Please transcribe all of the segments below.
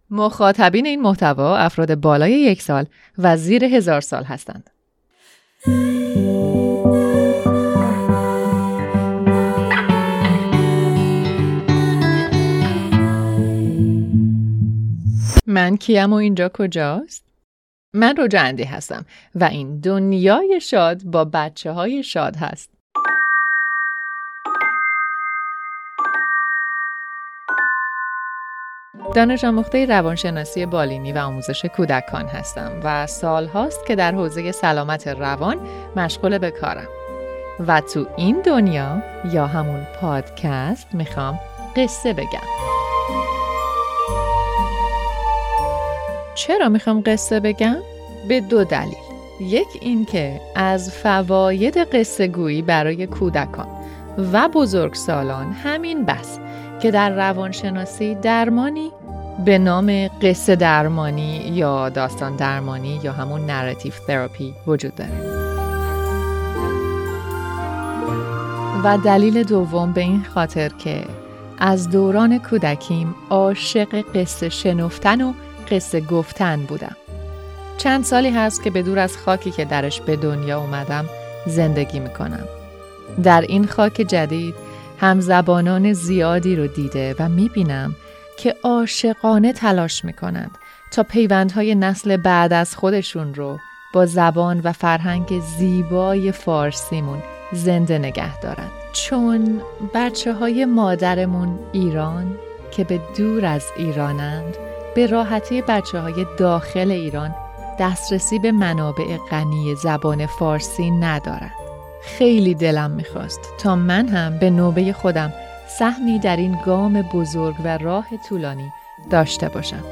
مخاطبین این محتوا افراد بالای 1 سال و زیر 1000 سال هستند. من کیم و اینجا کجاست؟ من رجا اندی هستم و این دنیای شاد با بچه‌های شاد هست. دانش آموخته روانشناسی بالینی و آموزش کودکان هستم و سال هاست که در حوزه سلامت روان مشغول به کارم و تو این دنیا یا همون پادکست میخوام قصه بگم. چرا میخوام قصه بگم؟ به 2 دلیل. یک این که از فواید قصه گویی برای کودکان و بزرگسالان همین بس که در روانشناسی درمانی به نام قصه درمانی یا داستان درمانی یا همون نراتیو تراپی وجود داره. و دلیل دوم به این خاطر که از دوران کودکیم عاشق قصه شنفتن و قصه گفتن بودم. چند سالی هست که به دور از خاکی که درش به دنیا اومدم زندگی میکنم. در این خاک جدید همزبانان زیادی رو دیده و میبینم که عاشقانه تلاش میکنند تا پیوندهای نسل بعد از خودشون رو با زبان و فرهنگ زیبای فارسیمون زنده نگه دارند. چون بچه‌های مادرمون ایران که به دور از ایرانند به راحتی بچه‌های داخل ایران دسترسی به منابع غنی زبان فارسی ندارند. خیلی دلم میخواست تا من هم به نوبه خودم سهمی در این گام بزرگ و راه طولانی داشته باشم.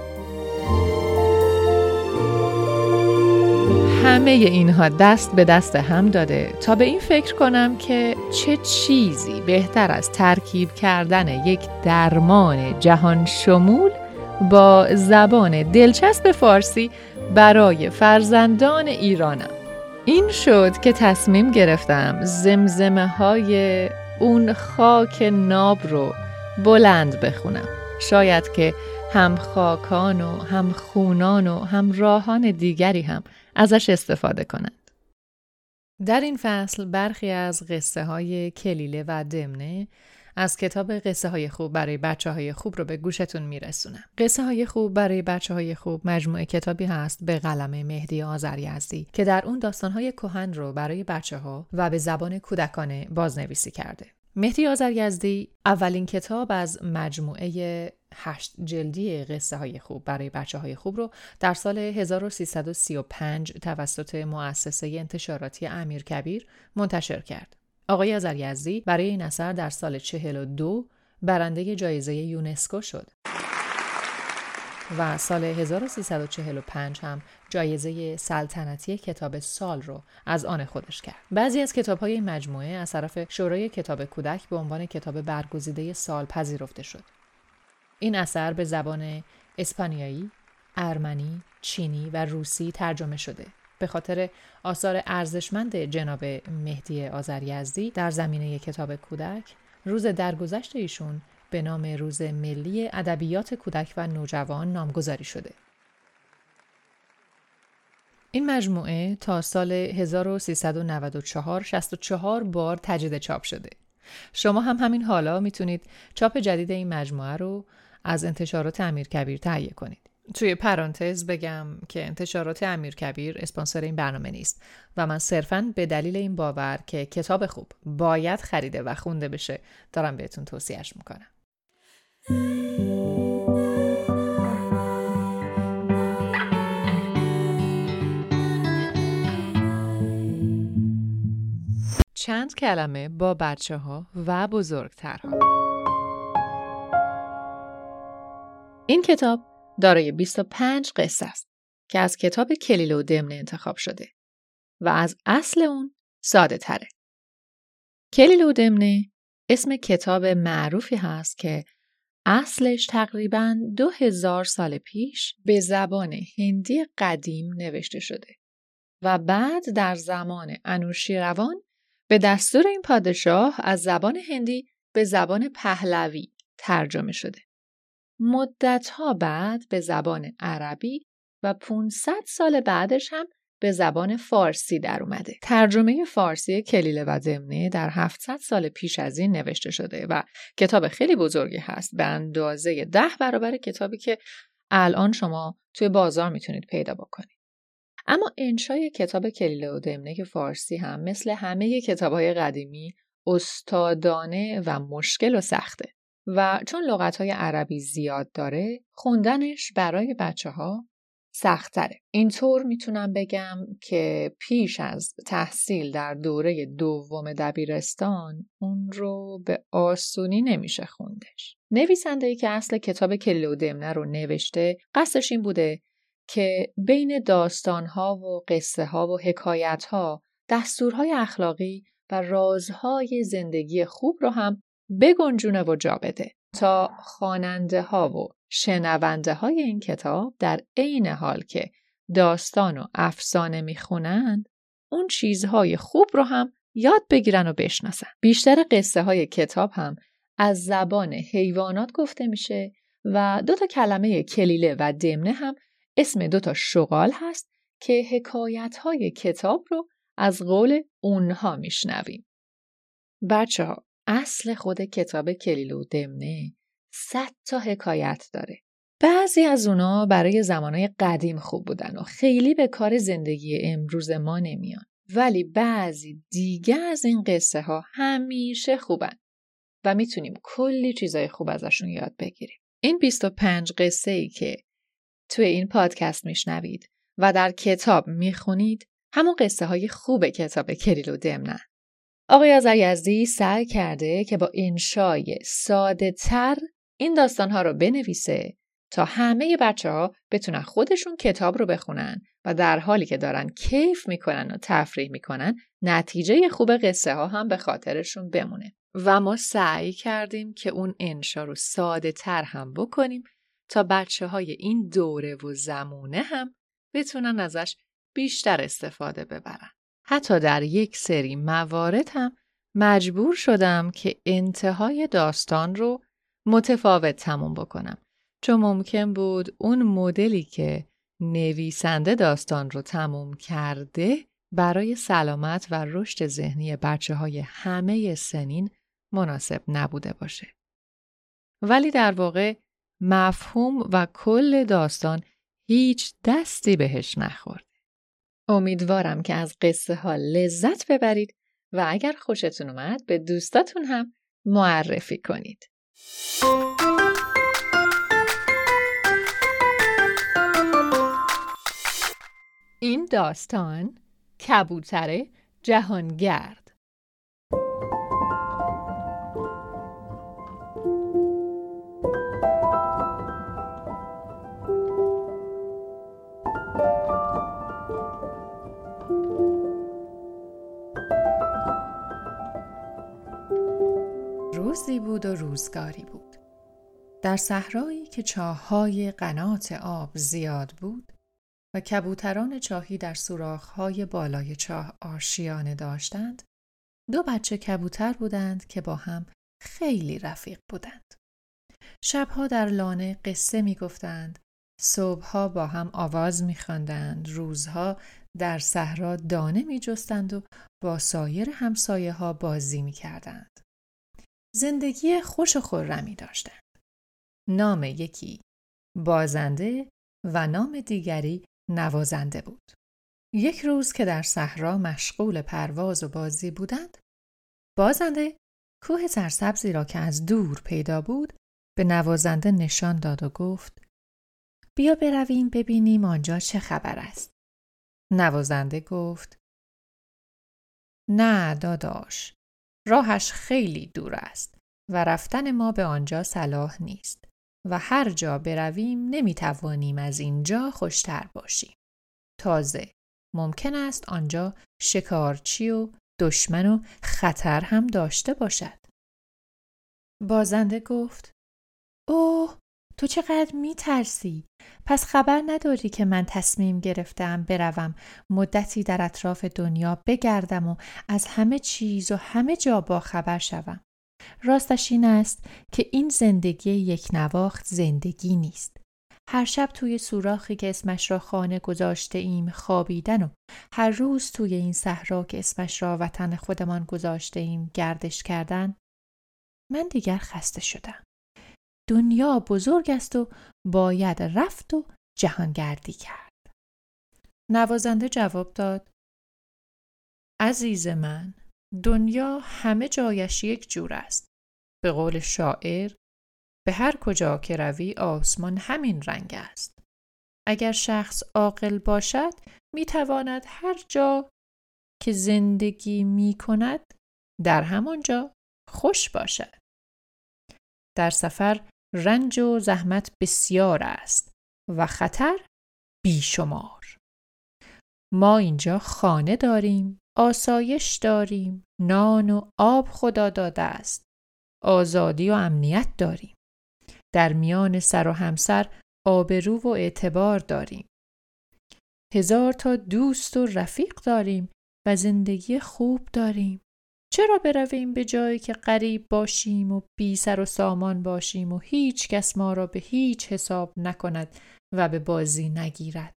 همه اینها دست به دست هم داده تا به این فکر کنم که چه چیزی بهتر از ترکیب کردن یک درمان جهان شمول با زبان دلچسب فارسی برای فرزندان ایرانم. این شد که تصمیم گرفتم زمزمه های اون خاک ناب رو بلند بخونم. شاید که هم خاکان و هم خونان و هم راهان دیگری هم ازش استفاده کنند. در این فصل برخی از قصه های کلیله و دمنه از کتاب قصه های خوب برای بچه های خوب رو به گوشتون میرسونم. قصه های خوب برای بچه های خوب مجموعه کتابی هست به قلم مهدی آذریزدی که در اون داستان های کهن رو برای بچه ها و به زبان کودکانه بازنویسی کرده. مهدی آذریزدی اولین کتاب از مجموعه 8 جلدی قصه های خوب برای بچه های خوب رو در سال 1335 توسط مؤسسه انتشاراتی امیرکبیر منتشر کرد. آقای آذریزدی برای این اثر در سال 42 برنده جایزه یونسکو شد و سال 1345 هم جایزه سلطنتی کتاب سال رو از آن خودش کرد. بعضی از کتاب‌های این مجموعه از طرف شورای کتاب کودک به عنوان کتاب برگزیده سال پذیرفته شد. این اثر به زبان اسپانیایی، ارمنی، چینی و روسی ترجمه شده. به خاطر آثار ارزشمند جناب مهدی آذریزدی در زمینه کتاب کودک، روز درگذشت ایشون به نام روز ملی ادبیات کودک و نوجوان نامگذاری شده. این مجموعه تا سال 1394 64 بار تجدید چاپ شده. شما هم همین حالا میتونید چاپ جدید این مجموعه رو از انتشارات امیرکبیر تهیه کنید. توی پرانتز بگم که انتشارات امیرکبیر اسپانسر این برنامه نیست و من صرفاً به دلیل این باور که کتاب خوب باید خریده و خونده بشه دارم بهتون توصیهش میکنم. چند کلمه با بچه‌ها و بزرگترها. این کتاب دارای 25 قصه است که از کتاب کلیله و دمنه انتخاب شده و از اصل اون ساده تره. کلیله و دمنه اسم کتاب معروفی هست که اصلش تقریباً 2000 سال پیش به زبان هندی قدیم نوشته شده و بعد در زمان انوشیروان به دستور این پادشاه از زبان هندی به زبان پهلوی ترجمه شده. مدت‌ها بعد به زبان عربی و 500 سال بعدش هم به زبان فارسی در اومده. ترجمه فارسی کلیله و دمنه در 700 سال پیش از این نوشته شده و کتاب خیلی بزرگی هست، به اندازه 10 برابر کتابی که الان شما توی بازار میتونید پیدا بکنید. اما انشای کتاب کلیله و دمنه فارسی هم مثل همه کتاب‌های قدیمی استادانه و مشکل و سخته و چون لغت‌های عربی زیاد داره خوندنش برای بچه‌ها سخت‌تره. اینطور میتونم بگم که پیش از تحصیل در دوره دوم دبیرستان اون رو به آسونی نمیشه خوندش. نویسنده‌ای که اصل کتاب کلیله و دمنه رو نوشته قصدش این بوده که بین داستان‌ها و قصه‌ها و حکایت‌ها دستورهای اخلاقی و رازهای زندگی خوب رو هم بگنجونه و جا بده تا خواننده‌ها و شنونده‌های این کتاب در عین حال که داستان و افسانه میخونند اون چیزهای خوب رو هم یاد بگیرن و بشناسن. بیشتر قصه های کتاب هم از زبان حیوانات گفته میشه و 2 کلمه کلیله و دمنه هم اسم 2 شغال هست که حکایت‌های کتاب رو از قول اونها میشنویم. بچه‌ها، اصل خود کتاب کلیله و دمنه 100 حکایت داره. بعضی از اونا برای زمانهای قدیم خوب بودن و خیلی به کار زندگی امروز ما نمیان. ولی بعضی دیگه از این قصه ها همیشه خوبن و میتونیم کلی چیزای خوب ازشون یاد بگیریم. این 25 قصه ای که توی این پادکست میشنوید و در کتاب میخونید همون قصه های خوب کتاب کلیله و دمنه. آقای آذریزدی سعی کرده که با انشای ساده تر این داستانها رو بنویسه تا همه بچه‌ها بتونن خودشون کتاب رو بخونن و در حالی که دارن کیف میکنن و تفریح میکنن نتیجه خوب قصه ها هم به خاطرشون بمونه. و ما سعی کردیم که اون انشا رو ساده تر هم بکنیم تا بچه‌های این دوره و زمونه هم بتونن ازش بیشتر استفاده ببرن. حتی در یک سری موارد هم مجبور شدم که انتهای داستان رو متفاوت تموم بکنم، چون ممکن بود اون مدلی که نویسنده داستان رو تموم کرده برای سلامت و رشد ذهنی بچه‌های همه سنین مناسب نبوده باشه. ولی در واقع مفهوم و کل داستان هیچ دستی بهش نخورد. امیدوارم که از قصه ها لذت ببرید و اگر خوشتون اومد به دوستاتون هم معرفی کنید. این داستان کبوتر جهانگرد. روزی بود و روزگاری بود. در صحرایی که چاه‌های قنات آب زیاد بود و کبوتران چاهی در سوراخ‌های بالای چاه آشیانه داشتند، 2 بچه کبوتر بودند که با هم خیلی رفیق بودند. شبها در لانه قصه می‌گفتند، صبحها با هم آواز می‌خواندند، روزها در صحرا دانه می‌جستند و با سایر همسایه‌ها بازی می‌کردند. زندگی خوش و خرمی داشتند. نام یکی بازنده و نام دیگری نوازنده بود. یک روز که در صحرا مشغول پرواز و بازی بودند، بازنده کوه سرسبزی را که از دور پیدا بود به نوازنده نشان داد و گفت: بیا برویم ببینیم آنجا چه خبر است. نوازنده گفت: نه داداش، راهش خیلی دور است و رفتن ما به آنجا صلاح نیست و هر جا برویم نمیتوانیم از اینجا خوشتر باشیم. تازه ممکن است آنجا شکارچی و دشمن و خطر هم داشته باشد. بازنده گفت: اوه، تو چقدر میترسی؟ پس خبر نداری که من تصمیم گرفتم بروم مدتی در اطراف دنیا بگردم و از همه چیز و همه جا با خبر شوم. راستش این است که این زندگی یک نواخت زندگی نیست. هر شب توی سوراخی که اسمش را خانه گذاشته ایم خوابیدن و هر روز توی این صحرا که اسمش را وطن خودمان گذاشته ایم گردش کردن. من دیگر خسته شدم. دنیا بزرگ است و باید رفت و جهانگردی کرد. نوازنده جواب داد: عزیز من، دنیا همه جایش یک جور است. به قول شاعر: به هر کجا که روی آسمان همین رنگ است. اگر شخص عاقل باشد میتواند هر جا که زندگی میکند در همانجا خوش باشد. در سفر رنج و زحمت بسیار است و خطر بیشمار. ما اینجا خانه داریم، آسایش داریم، نان و آب خدا داده است، آزادی و امنیت داریم. در میان سر و همسر آبرو و اعتبار داریم. 1000 تا دوست و رفیق داریم و زندگی خوب داریم. چرا برویم به جایی که غریب باشیم و بی سر و سامان باشیم و هیچ کس ما را به هیچ حساب نکند و به بازی نگیرد؟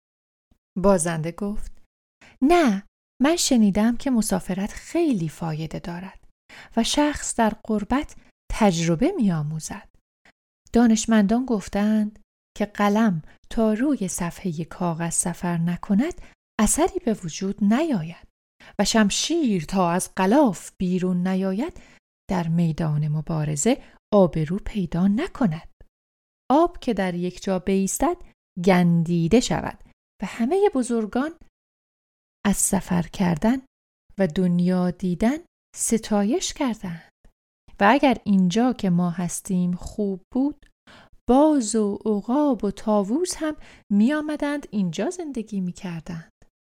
بازنده گفت: نه، من شنیدم که مسافرت خیلی فایده دارد و شخص در غربت تجربه می آموزد. دانشمندان گفتند که قلم تا روی صفحه کاغذ سفر نکند اثری به وجود نیاید و شمشیر تا از غلاف بیرون نیاید در میدان مبارزه آبرو پیدا نکند. آب که در یک جا بایستد گندیده شود و همه بزرگان از سفر کردن و دنیا دیدن ستایش کردند. و اگر اینجا که ما هستیم خوب بود، باز و عقاب و طاووس هم می آمدند اینجا زندگی می کردند.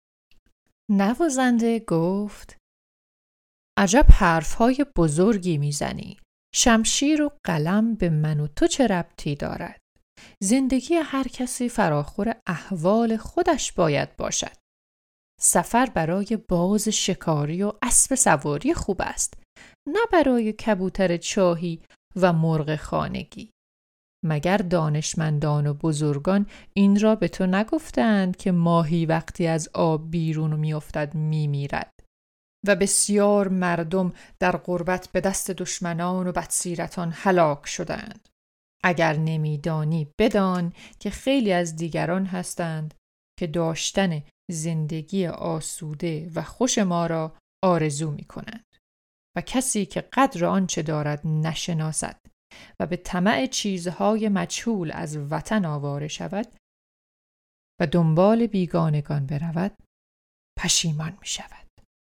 نوازنده گفت: عجب حرفهای بزرگی می زنی. شمشیر و قلم به من و تو چه ربطی دارد؟ زندگی هر کسی فراخور احوال خودش باید باشد. سفر برای باز شکاری و اسب سواری خوب است، نه برای کبوتر چاهی و مرغ خانگی. مگر دانشمندان و بزرگان این را به تو نگفتند که ماهی وقتی از آب بیرون میافتد میمیرد و بسیار مردم در غربت به دست دشمنان و بدسیرتان هلاک شدند؟ اگر نمیدانی بدان که خیلی از دیگران هستند که داشتن زندگی آسوده و خوش ما را آرزو می کنند و کسی که قدر آنچه دارد نشناسد و به طمع چیزهای مجهول از وطن آواره شود و دنبال بیگانگان برود پشیمان می شود.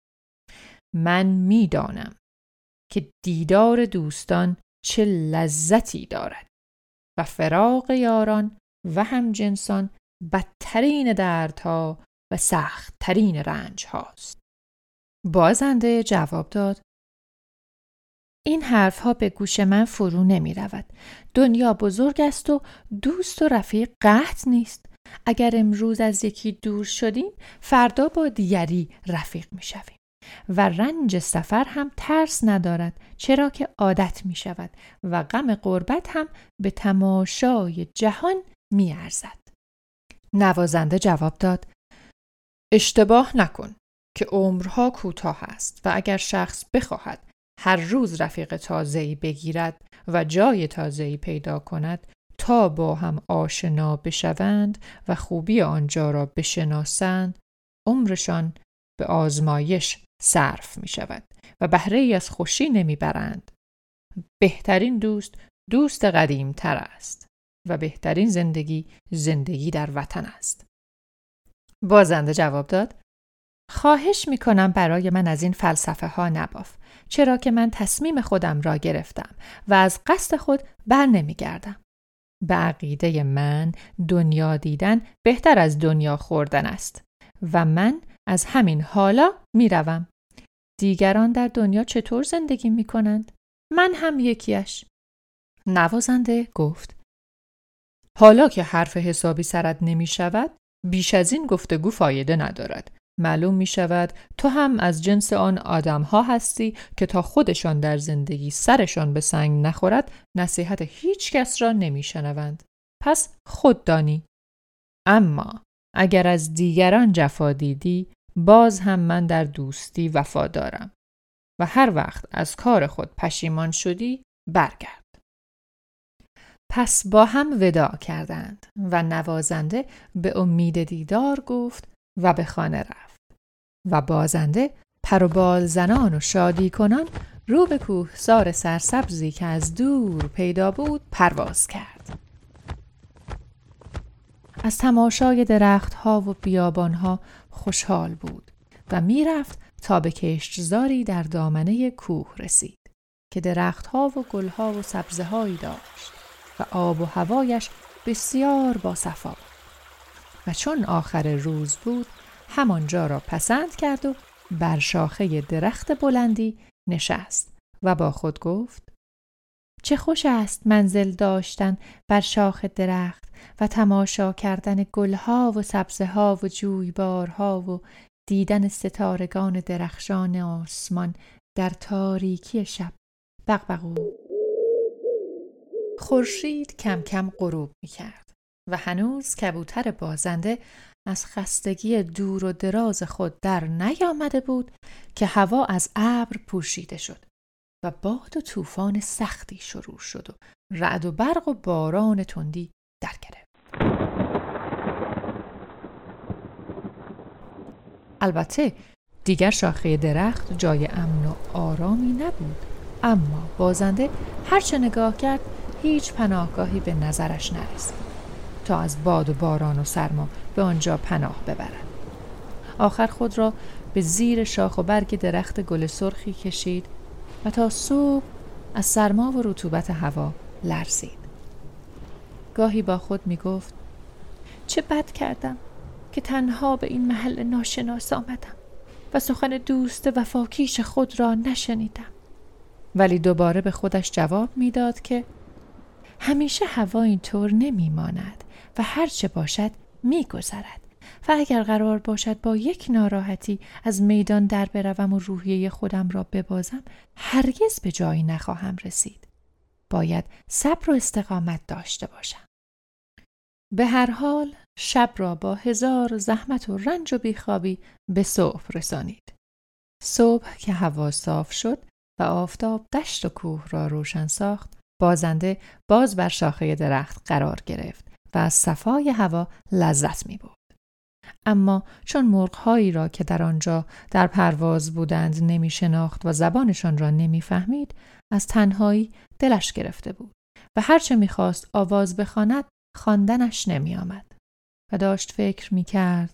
من می دانم که دیدار دوستان چه لذتی دارد و فراق یاران و همجنسان بدترین دردها و سختترین رنج هاست. بازنده جواب داد: این حرفها به گوش من فرو نمی رود. دنیا بزرگ است و دوست و رفیق قحط نیست. اگر امروز از یکی دور شدیم فردا با دیگری رفیق می شویم و رنج سفر هم ترس ندارد، چرا که عادت می شود و غم غربت هم به تماشای جهان می ارزد. نوازنده جواب داد: اشتباه نکن که عمرها کوتاه است و اگر شخص بخواهد هر روز رفیق تازه‌ای بگیرد و جای تازه‌ای پیدا کند تا با هم آشنا بشوند و خوبی آنجا را بشناسند، عمرشان به آزمایش صرف می شود و بهره ای از خوشی نمی برند. بهترین دوست قدیم تر است و بهترین زندگی در وطن است. بازنده جواب داد: خواهش می کنم برای من از این فلسفه ها نباف، چرا که من تصمیم خودم را گرفتم و از قصد خود بر نمی گردم. به عقیده من دنیا دیدن بهتر از دنیا خوردن است و من از همین حالا می روم. دیگران در دنیا چطور زندگی می کنند؟ من هم یکیش. نوازنده گفت: حالا که حرف حسابی سرت نمی شود، بیش از این گفتگو فایده ندارد. معلوم می شود تو هم از جنس آن آدم ها هستی که تا خودشان در زندگی سرشان به سنگ نخورد نصیحت هیچ کس را نمی شنوند. پس خود دانی. اما اگر از دیگران جفا دیدی، باز هم من در دوستی وفادارم و هر وقت از کار خود پشیمان شدی برگرد. پس با هم وداع کردند و نوازنده به امید دیدار گفت و به خانه رفت و بازنده پر و بال زنان و شادی کنان رو به کوهسار سرسبزی که از دور پیدا بود پرواز کرد. از تماشای درختها و بیابانها خوشحال بود و میرفت تا به کشتزاری در دامنه کوه رسید که درختها و گلها و سبزه‌هایی داشت و آب و هوایش بسیار باصفا بود. و چون آخر روز بود همانجا را پسند کرد و بر شاخه درخت بلندی نشست و با خود گفت: چه خوش است منزل داشتن بر شاخ درخت و تماشا کردن گلها و سبزه‌ها و جویبارها و دیدن ستارگان درخشان آسمان در تاریکی شب. بغبغو. خورشید کم کم غروب می‌کرد و هنوز کبوتر بازنده از خستگی دور و دراز خود در نیامده بود که هوا از ابر پوشیده شد و باد و طوفان سختی شروع شد و رعد و برق و باران تندی در گرفت. البته دیگر شاخه درخت جای امن و آرامی نبود، اما بازنده هرچه نگاه کرد هیچ پناهگاهی به نظرش نرسید تا از باد و باران و سرما به آنجا پناه ببرد. آخر خود را به زیر شاخ و برگ درخت گل سرخی کشید و تا صبح از سرما و رطوبت هوا لرزید. گاهی با خود می گفت: چه بد کردم که تنها به این محل ناشناس آمدم و سخن دوست وفاکیش خود را نشنیدم. ولی دوباره به خودش جواب میداد که همیشه هوا اینطور نمیماند و هر چه باشد میگذرد و اگر قرار باشد با یک ناراحتی از میدان در بروم و روحیه خودم را ببازم هرگز به جایی نخواهم رسید. باید صبر و استقامت داشته باشم. به هر حال شب را با 1000 زحمت و رنج و بیخوابی به صبح رسانید. صبح که هوا صاف شد و آفتاب دشت و کوه را روشن ساخت، بازنده باز بر شاخه درخت قرار گرفت و از صفای هوا لذت می برد. اما چون مرغ‌هایی را که در آنجا در پرواز بودند نمی شناخت و زبانشان را نمی فهمید، از تنهایی دلش گرفته بود و هرچه می خواست آواز بخواند خواندنش نمی آمد و داشت فکر می کرد: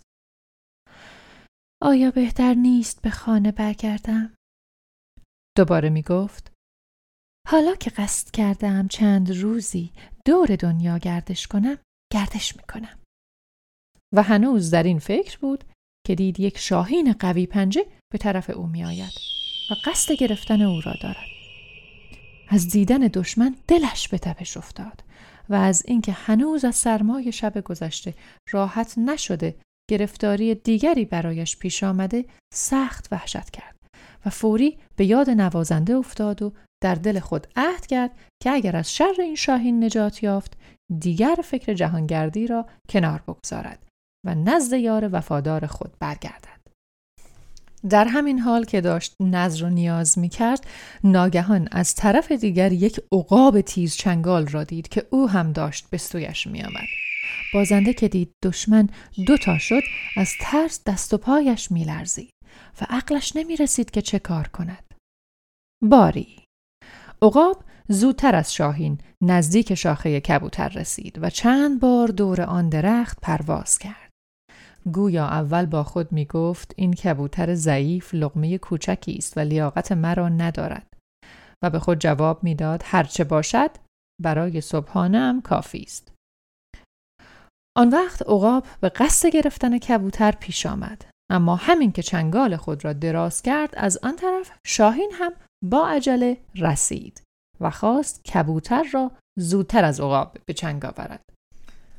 آیا بهتر نیست به خانه برگردم؟ دوباره می گفت: حالا که قصد کردم چند روزی دور دنیا گردش کنم، گردش می کنم. و هنوز در این فکر بود که دید یک شاهین قوی پنجه به طرف او می آید و قصد گرفتن او را دارد. از دیدن دشمن دلش به تپش افتاد و از اینکه هنوز از سرمای شب گذشته راحت نشده گرفتاری دیگری برایش پیش آمده سخت وحشت کرد و فوری به یاد نوازنده افتاد و در دل خود عهد کرد که اگر از شر این شاهین نجات یافت دیگر فکر جهانگردی را کنار بگذارد و نزد یار وفادار خود برگردد. در همین حال که داشت نظر و نیاز می کرد، ناگهان از طرف دیگر یک عقاب تیز چنگال را دید که او هم داشت به سویش می آمد. بازنده که دید دشمن 2 تا شد، از ترس دست و پایش می لرزید و عقلش نمی رسید که چه کار کند. باری عقاب زودتر از شاهین نزدیک شاخه کبوتر رسید و چند بار دور آن درخت پرواز کرد. گویا اول با خود می گفت این کبوتر ضعیف لقمه کوچکی است و لیاقت مرا ندارد و به خود جواب می داد هرچه باشد برای صبحانه‌ام کافی است. آن وقت عقاب به قصد گرفتن کبوتر پیش آمد، اما همین که چنگال خود را دراز کرد از آن طرف شاهین هم با عجله رسید و خواست کبوتر را زودتر از عقاب به چنگ آورد.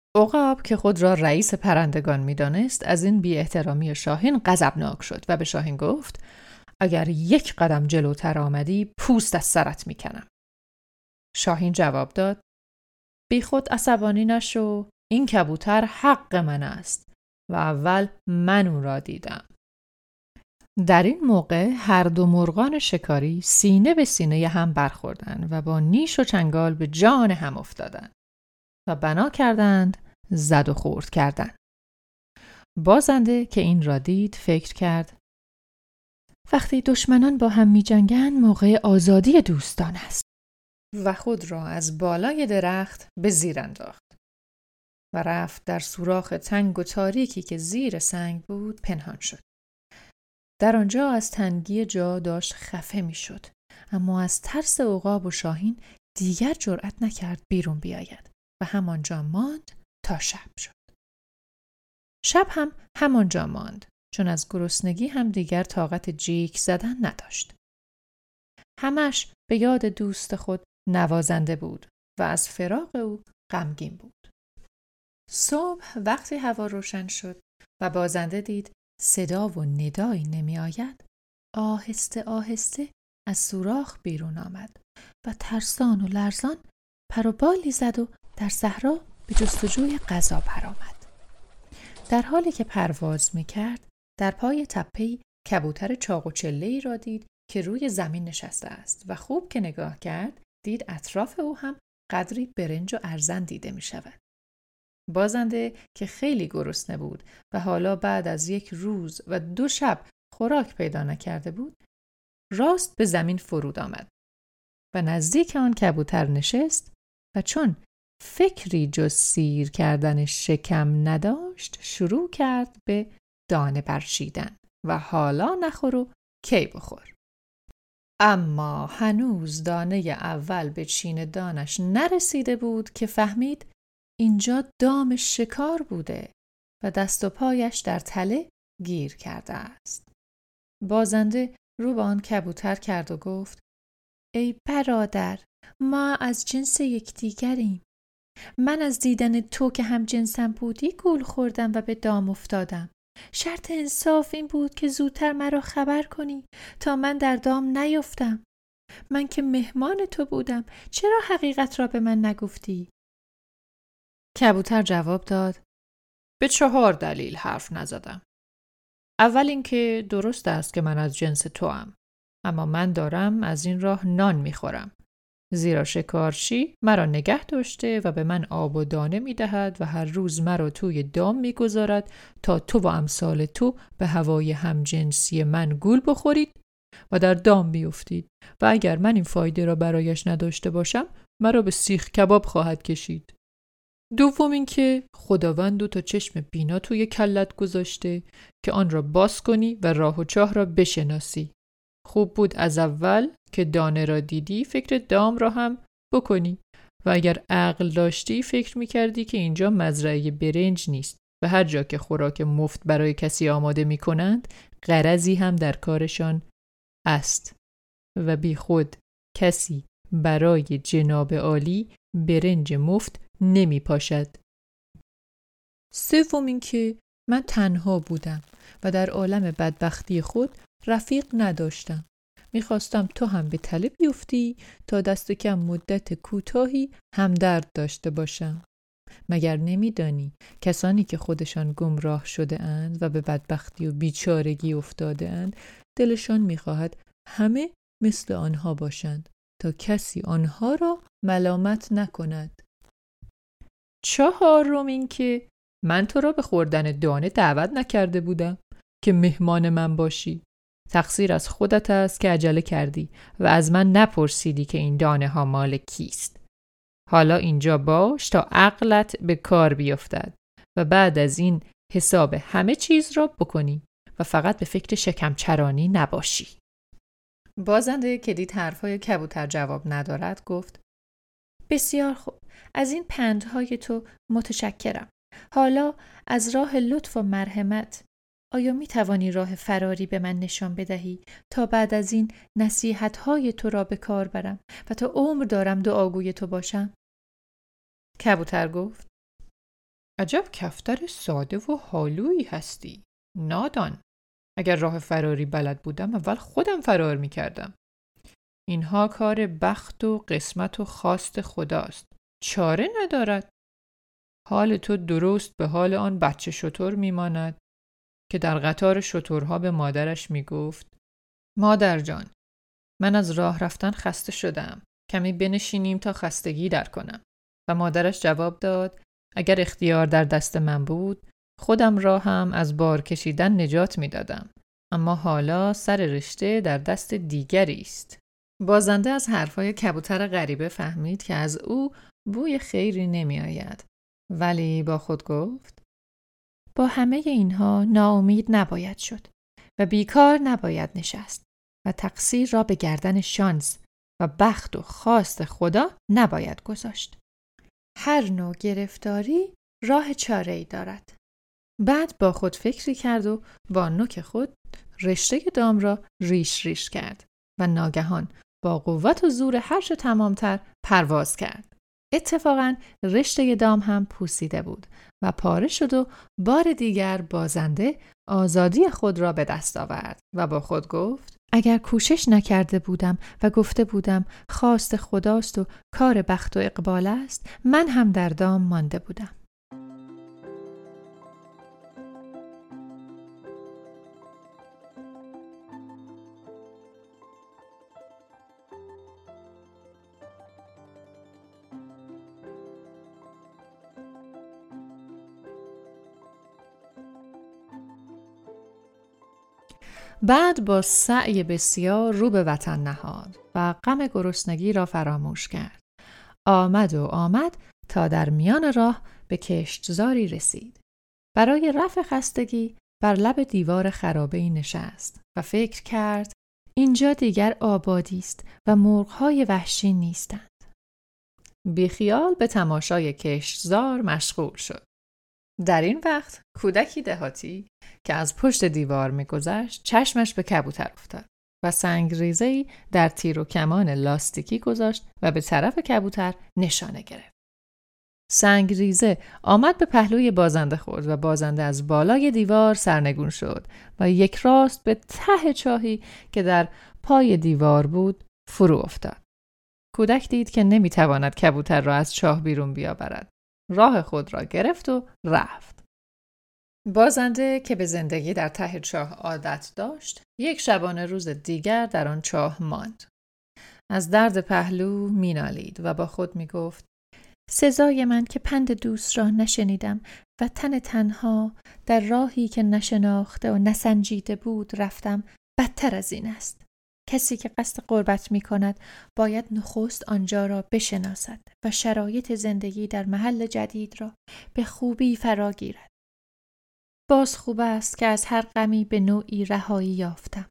عقاب که خود را رئیس پرندگان می‌دانست از این بی‌احترامی شاهین غضبناک شد و به شاهین گفت اگر یک قدم جلوتر آمدی پوست از سرت می‌کنم. شاهین جواب داد بی خود عصبانی نشو، این کبوتر حق من است و اول من او را دیدم. در این موقع هر دو مرغان شکاری سینه به سینه هم برخوردند و با نیش و چنگال به جان هم افتادند و بنا کردند زد و خورد کردند. بازنده که این را دید فکر کرد وقتی دشمنان با هم می جنگند موقع آزادی دوستان است و خود را از بالای درخت به زیر انداخت و رفت در سوراخ تنگ و تاریکی که زیر سنگ بود پنهان شد. در آنجا از تنگی جا داشت خفه می شد، اما از ترس عقاب و شاهین دیگر جرأت نکرد بیرون بیاید و همانجا ماند تا شب شد. شب هم همانجا ماند چون از گرسنگی هم دیگر طاقت جیک زدن نداشت. همش به یاد دوست خود نوازنده بود و از فراق او غمگین بود. صبح وقتی هوا روشن شد و بازنده دید صدا و ندایی نمی آید، آهسته آهسته از سوراخ بیرون آمد و ترسان و لرزان پر و بالی زد و در صحرا به جستجوی غذا برآمد. در حالی که پرواز می کرد در پای تپه‌ای کبوتر چاق و چله‌ای را دید که روی زمین نشسته است و خوب که نگاه کرد دید اطراف او هم قدری برنج و ارزن دیده می شود. بازنده که خیلی گرسنه بود و حالا بعد از 1 روز و 2 شب خوراک پیدا نکرده بود، راست به زمین فرود آمد و نزدیک آن کبوتر نشست و چون فکری جز سیر کردن شکم نداشت شروع کرد به دانه برچیدن و حالا نخور و کی بخور. اما هنوز دانه اول به چین دانش نرسیده بود که فهمید اینجا دام شکار بوده و دست و پایش در تله گیر کرده است. بازنده رو به آن کبوتر کرد و گفت ای برادر، ما از جنس یکدیگریم. من از دیدن تو که هم جنسم بودی گول خوردم و به دام افتادم. شرط انصاف این بود که زودتر مرا خبر کنی تا من در دام نیفتم. من که مهمان تو بودم، چرا حقیقت را به من نگفتی؟ کبوتر جواب داد به 4 دلیل حرف نزدم. اول اینکه درست است که من از جنس توام، اما من دارم از این راه نان میخورم. زیرا شکارچی مرا نگه داشته و به من آب و دانه میدهد و هر روز مرا توی دام میگذارد تا تو و امثال تو به هوای همجنسی من گول بخورید و در دام بیفتید و اگر من این فایده را برایش نداشته باشم مرا به سیخ کباب خواهد کشید. دوم اینکه خداوند 2 تا چشم بینا توی کلت گذاشته که آن را باز کنی و راه و چاه را بشناسی. خوب بود از اول که دانه را دیدی فکر دام را هم بکنی و اگر عقل داشتی فکر میکردی که اینجا مزرعه برنج نیست و هر جا که خوراک مفت برای کسی آماده میکنند غرضی هم در کارشان است و بی خود کسی برای جناب عالی برنج مفت نمی پاشد. سوم اینکه من تنها بودم و در عالم بدبختی خود رفیق نداشتم. میخواستم تو هم به تله بیفتی تا دست کم مدت کوتاهی همدرد داشته باشم. مگر نمیدانی کسانی که خودشان گمراه شده اند و به بدبختی و بیچارگی افتاده اند دلشان میخواهد همه مثل آنها باشند تا کسی آنها را ملامت نکند. 4 اینکه من تو را به خوردن دانه دعوت نکرده بودم که مهمان من باشی. تقصیر از خودت است که عجله کردی و از من نپرسیدی که این دانه ها مال کیست. حالا اینجا باش تا عقلت به کار بیفتد و بعد از این حساب همه چیز را بکنی و فقط به فکر شکم چرانی نباشی. بازنده که دید حرفای کبوتر جواب ندارد گفت بسیار خوب، از این پندهای تو متشکرم. حالا از راه لطف و مرحمت آیا می توانی راه فراری به من نشان بدهی تا بعد از این نصیحتهای تو را به کار برم و تا عمر دارم دعاگوی تو باشم؟ کبوتر گفت عجب کفتر ساده و حالویی هستی. نادان. اگر راه فراری بلد بودم اول خودم فرار میکردم. اینها کار بخت و قسمت و خواست خداست. چاره ندارد. حال تو درست به حال آن بچه شتر میماند که در قطار شترها به مادرش میگفت: مادر جان، من از راه رفتن خسته شدم. کمی بنشینیم تا خستگی در کنم. و مادرش جواب داد: اگر اختیار در دست من بود، خودم را هم از بار کشیدن نجات میدادم. اما حالا سر رشته در دست دیگری است. بازنده از حرفای کبوتر غریبه فهمید که از او بوی خیری نمی آید. ولی با خود گفت: با همه اینها ناامید نباید شد و بیکار نباید نشست و تقصیر را به گردن شانس و بخت و خواست خدا نباید گذاشت. هر نوع گرفتاری راه چاره‌ای دارد. بعد با خود فکری کرد و با نوک خود رشته دام را ریش ریش کرد و ناگهان با قوت و زور هرچه تمامتر پرواز کرد. اتفاقاً رشته دام هم پوسیده بود و پاره شد و بار دیگر بازنده آزادی خود را به دست آورد و با خود گفت: اگر کوشش نکرده بودم و گفته بودم خواست خداست و کار بخت و اقبال است، من هم در دام مانده بودم. بعد با سعی بسیار رو به وطن نهاد و غم گرسنگی را فراموش کرد. آمد تا در میان راه به کشتزاری رسید. برای رفع خستگی بر لب دیوار خرابه‌ای نشست و فکر کرد اینجا دیگر آبادی است و مرغ‌های وحشی نیستند. بیخیال به تماشای کشتزار مشغول شد. در این وقت کودکی دهاتی که از پشت دیوار می‌گذشت چشمش به کبوتر افتاد و سنگریزه‌ای در تیر و کمان لاستیکی گذاشت و به طرف کبوتر نشانه گرفت. سنگریزه آمد به پهلوی بازنده خورد و بازنده از بالای دیوار سرنگون شد و یک راست به ته چاهی که در پای دیوار بود فرو افتاد. کودک دید که نمی‌تواند کبوتر را از چاه بیرون بیاورد. راه خود را گرفت و رفت. بازنده که به زندگی در ته چاه عادت داشت، یک شبانه روز دیگر در آن چاه ماند. از درد پهلو مینالید و با خود میگفت: سزای من که پند دوست را نشنیدم و تنها در راهی که نشناخته و نسنجیده بود رفتم، بدتر از این است. کسی که قصد قربت می کند باید نخست آنجا را بشناسد و شرایط زندگی در محل جدید را به خوبی فرا گیرد. باز خوب است که از هر غمی به نوعی رهایی یافتم.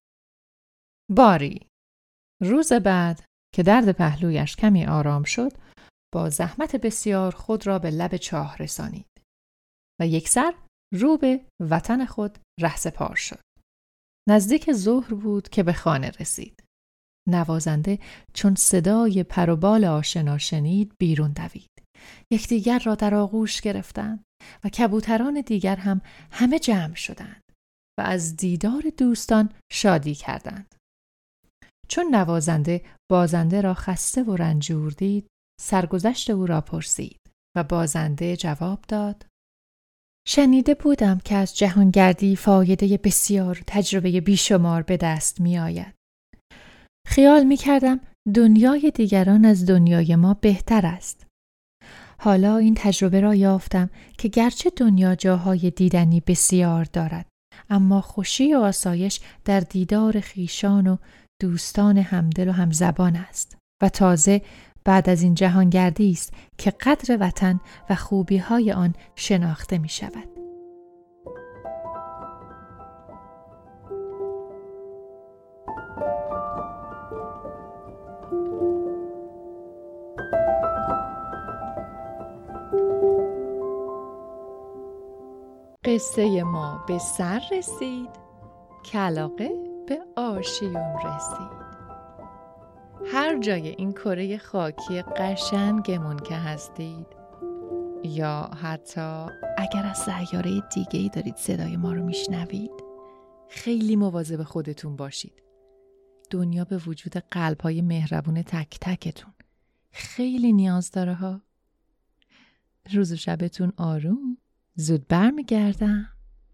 باری روز بعد که درد پهلویش کمی آرام شد، با زحمت بسیار خود را به لب چاه رسانید و یکسر رو به وطن خود رهسپار شد. نزدیک ظهر بود که به خانه رسید. نوازنده چون صدای پر و بال آشنا شنید بیرون دوید. یکدیگر را در آغوش گرفتند و کبوتران دیگر هم همه جمع شدند و از دیدار دوستان شادی کردند. چون نوازنده بازنده را خسته و رنجور دید، سرگذشت او را پرسید و بازنده جواب داد: شنیده بودم که از جهانگردی فایده بسیار، تجربه بیشمار به دست می آید. خیال می کردم دنیای دیگران از دنیای ما بهتر است. حالا این تجربه را یافتم که گرچه دنیا جاهای دیدنی بسیار دارد، اما خوشی و آسایش در دیدار خویشان و دوستان همدل و همزبان است و تازه بعد از این جهانگردی است که قدر وطن و خوبی‌های آن شناخته می شود. قصه ما به سر رسید، کلاغه به آشیون رسید. هر جای این کره خاکی قشنگمون که هستید، یا حتی اگر از سیاره دیگه‌ای دارید صدای ما رو میشنوید، خیلی مواظب خودتون باشید. دنیا به وجود قلب‌های مهربون تک تکتون خیلی نیاز داره ها. روز و شبتون آروم. زود برمیگردم.